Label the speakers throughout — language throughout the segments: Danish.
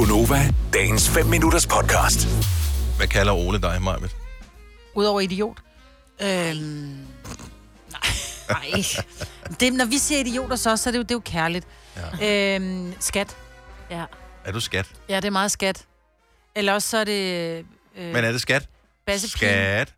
Speaker 1: Gunova, dagens 5 minutters podcast.
Speaker 2: Hvad kalder Ole dig, Majbet?
Speaker 3: Udover idiot. Nej. Det, når vi siger idioter, så er det er jo kærligt. Ja. Skat. Ja.
Speaker 2: Er du skat?
Speaker 3: Ja, det er meget skat. Eller også så er det...
Speaker 2: Men er det skat? Skat.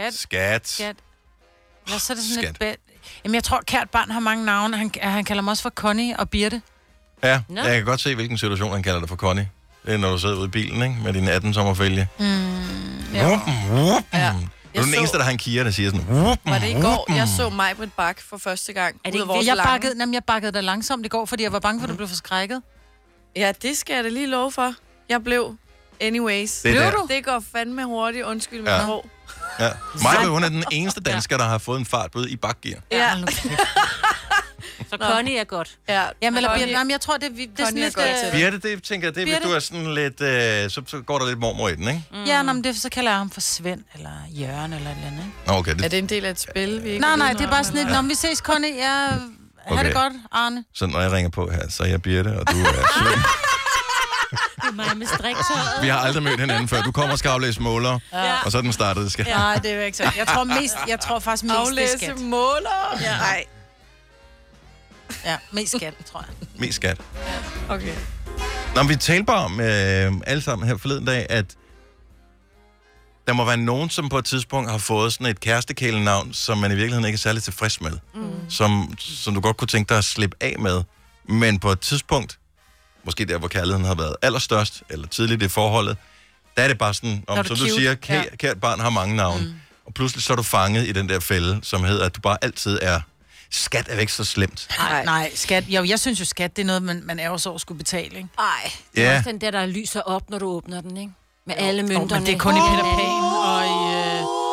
Speaker 3: Eller så er det sådan et... Jamen, jeg tror, kært barn har mange navne. Han kalder mig også for Connie og Birte.
Speaker 2: Ja, jeg kan godt se, hvilken situation han kalder dig for Connie. Det er, når du sidder ude i bilen, ikke? Med din 18-sommerfælge.
Speaker 3: Ja.
Speaker 2: Ja. Du er den eneste, der har en Kia, der siger sådan...
Speaker 4: Var det i går, jeg så Majbrit Bak for første gang?
Speaker 3: Er det jeg bakkede dig langsomt i går, fordi jeg var bange for, at du blev forskrækket.
Speaker 4: Ja, det skal jeg da lige love for. Jeg blev anyways. Det går fandme hurtigt. Undskyld min hår.
Speaker 2: Ja. Majbrit, hun er den eneste dansker, der har fået en fartbøde i bakgear.
Speaker 4: Ja.
Speaker 5: Så Connie er godt.
Speaker 4: Ja.
Speaker 3: Jamen, eller Birte, jeg tror, det er sådan lidt...
Speaker 2: Birte, det tænker jeg, det du er sådan lidt... Så går der lidt mormor i den, ikke?
Speaker 3: Ja, så kalder jeg ham for Svend, eller Jørgen, eller et eller andet, ikke?
Speaker 2: Okay,
Speaker 4: Er det en del af et spil, vi ikke...
Speaker 3: Nej, det er bare sådan lidt... Når vi ses, Connie, ha' det godt, Arne.
Speaker 2: Så når jeg ringer på her, så er jeg Birte, og du er Svend.
Speaker 5: Det er mig med striktøjet.
Speaker 2: Vi har aldrig mødt hinanden før. Du kommer og skal aflæse måler, og så den startede.
Speaker 3: Nej, det er jo ikke så. Jeg tror faktisk mest, det er skat.
Speaker 4: måler? Ja. Nej.
Speaker 3: Ja, mest skat, tror jeg.
Speaker 2: Mest skat.
Speaker 4: Ja. Okay.
Speaker 2: Nå, vi talte bare om alle sammen her forleden dag, at der må være nogen, som på et tidspunkt har fået sådan et kærestekælenavn, som man i virkeligheden ikke er særlig tilfreds med. Som du godt kunne tænke dig at slippe af med. Men på et tidspunkt, måske der, hvor kærligheden har været allerstørst, eller tidligt i forholdet, der er det bare sådan, som du siger, kært barn har mange navne. Og pludselig så er du fanget i den der fælde, som hedder, at du bare altid er... Skat er jo ikke så slemt.
Speaker 3: Nej, skat. Jo, jeg synes jo, skat, det er noget, man er også over skulle betale, ikke?
Speaker 5: Nej, det er også den der lyser op, når du åbner den, ikke? Med alle mønterne.
Speaker 3: Men det er kun i Peter Pan og i...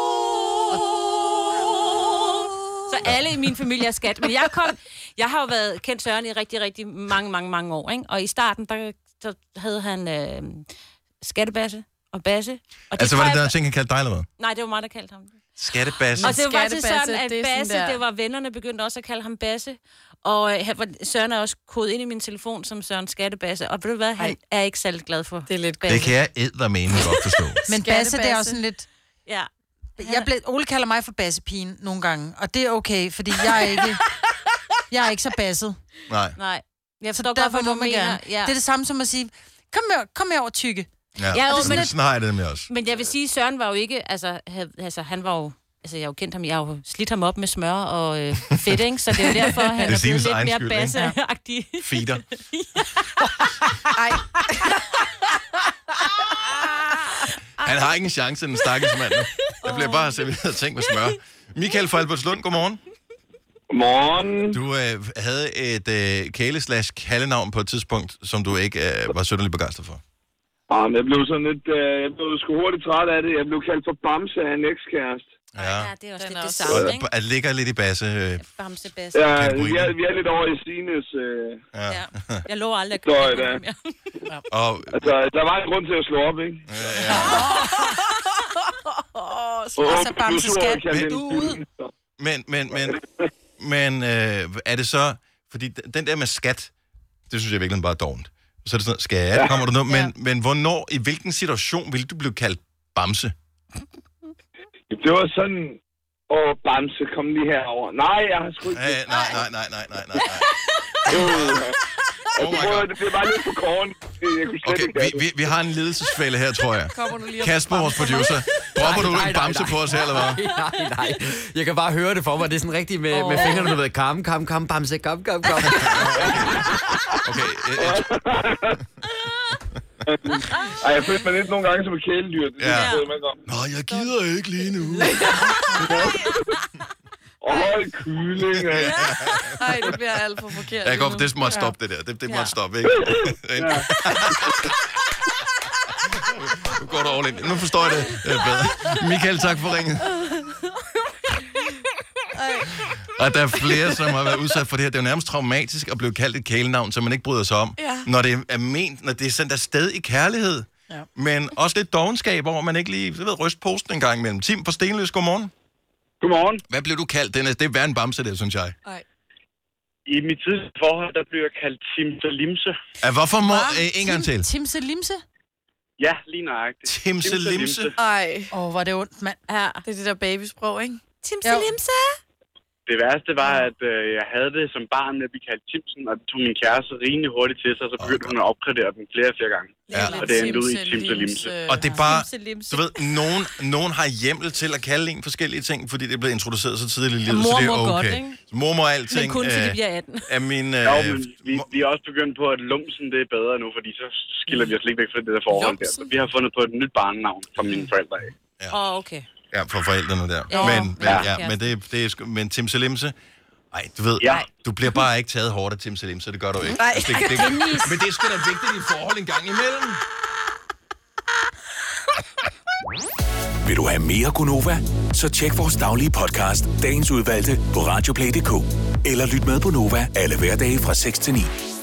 Speaker 5: Så alle i min familie er skat. Men jeg har jo været kendt Søren i rigtig, rigtig mange år, ikke? Og i starten, der havde han skattebasse og basse. Og
Speaker 2: altså, var det der ting, han kaldte dig, eller hvad?
Speaker 5: Nej, det var mig, der kaldte ham det.
Speaker 2: Skattebasse.
Speaker 5: Og det var faktisk sådan, at Basse, det var vennerne begyndte også at kalde ham Basse. Og Søren er også kodet ind i min telefon som Søren Skattebasse. Og ved du hvad, han er ikke særlig glad for.
Speaker 4: Det er lidt
Speaker 2: Basse. Det kan jeg eddermene godt forstå.
Speaker 3: Men Basse, det er også sådan lidt...
Speaker 5: Ja.
Speaker 3: Ole kalder mig for bassepigen nogle gange, og det er okay, fordi jeg er ikke så basset.
Speaker 2: Nej.
Speaker 5: Jeg
Speaker 3: så derfor må man gerne. Ja. Det er det samme som at sige, kom her over tykke.
Speaker 2: Ja, sådan har jeg det med også.
Speaker 5: Men jeg vil sige, Søren var jo ikke, han var jo, jeg har jo kendt ham, jeg har jo slidt ham op med smør og fedt, ikke? Så det er jo derfor, han er blevet lidt mere basseagtig.
Speaker 2: Feeder.
Speaker 3: Ej.
Speaker 2: Han har ikke en chance, den stakkels mand. Der bliver bare serveret ting med smør. Michael fra Albertslund, godmorgen.
Speaker 6: Godmorgen.
Speaker 2: Du havde et kæle/kaldenavn på et tidspunkt, som du ikke var synderligt begejstret for.
Speaker 6: Jeg blev sådan lidt, jeg blev sgu hurtigt træt af det. Jeg blev kaldt for Bamse af en ekskæreste.
Speaker 5: Ja, det er også lidt det samme, ikke?
Speaker 2: Det ligger lidt i basse.
Speaker 5: Bamse-basse.
Speaker 6: Ja, vi er lidt over i Sines...
Speaker 5: Ja. Jeg lover aldrig at gøre det mere.
Speaker 6: Altså, der var en grund til at slå op, ikke?
Speaker 2: Ja.
Speaker 3: Så Bamse skat ude.
Speaker 2: Men er det så... Fordi den der med skat, det synes jeg virkelig bare er dårligt. Så er det sådan, skat, kommer du noget? Men hvornår, i hvilken situation ville du blive kaldt Bamse?
Speaker 6: Det var sådan, Bamse, kom lige herover. Nej, jeg har sgu ikke...
Speaker 2: Nej.
Speaker 6: Det bliver bare lidt for korn.
Speaker 2: Okay, vi har en ledelsesfælde her, tror jeg. Kasper, vores producer. Dropper du en Bamse på os her, eller hvad?
Speaker 7: Nej. Jeg kan bare høre det for mig. Det er sådan rigtigt med fingrene, du ved. Kom, Bamse, kom.
Speaker 2: Okay.
Speaker 6: Ej, jeg følte mig lidt nogle gange som et kæledyr.
Speaker 2: Nå, jeg gider ikke lige nu.
Speaker 6: Hold kylling.
Speaker 4: Nej, det bliver alt for forkert.
Speaker 2: Jeg går, det måtte stoppe det der. Det måtte stoppe, ikke? Nu går du all in. Nu forstår jeg det bedre. Michael, tak for ringen. Og der er flere, som har været udsat for det her. Det er jo nærmest traumatisk at blive kaldt et kælenavn, som man ikke bryder sig om. Ja. Når det er ment, når det er sendt afsted i kærlighed. Ja. Men også lidt dovenskab, hvor man ikke lige ryste posten en gang imellem. Tim fra Stenløs, godmorgen.
Speaker 6: Godmorgen.
Speaker 2: Hvad blev du kaldt? Det er værre en Bamse, det synes jeg.
Speaker 4: Nej.
Speaker 6: I mit tidligere forhold, der blev jeg kaldt Timse Limse.
Speaker 2: Hvorfor må... en gang til.
Speaker 3: Timse Limse?
Speaker 6: Ja, lige nøjagtigt.
Speaker 2: Timse Limse?
Speaker 4: Ej.
Speaker 3: Hvor er det ondt, mand.
Speaker 4: Ja, det er det der babysprog, ikke?
Speaker 5: Timse Limse.
Speaker 6: Det værste var, at jeg havde det som barn med at blive kaldt Timsen, og det tog min kæreste rimelig hurtigt til sig, så begyndte hun at opgradere den flere gange.
Speaker 2: Ja.
Speaker 6: Og det endte ud i Timse Limse.
Speaker 2: Og det er bare, du ved, nogen har hjemmel til at kalde en forskellige ting, fordi det er blevet introduceret så tidligt i livet, så det er okay.
Speaker 5: Godt, ikke?
Speaker 2: Mormor alting.
Speaker 5: Men kun fordi de bliver 18.
Speaker 6: Men vi er også begyndt på, at lumsen det er bedre nu, fordi så skiller vi os lidt væk fra det der forhold der. Så vi har fundet på et nyt barnenavn fra mine forældre af.
Speaker 5: Okay.
Speaker 2: Ja, for forældrene der. Men Timse Limse, ej, du ved, du bliver bare ikke taget hårdt af Timse Limse, det gør du ikke.
Speaker 3: Nej.
Speaker 2: Altså, men det er sgu da vigtigt i forhold en gang imellem.
Speaker 1: Vil du have mere Gunova? Så tjek vores daglige podcast, dagens udvalgte, på radioplay.dk. Eller lyt med på Nova alle hverdage fra 6 til 9.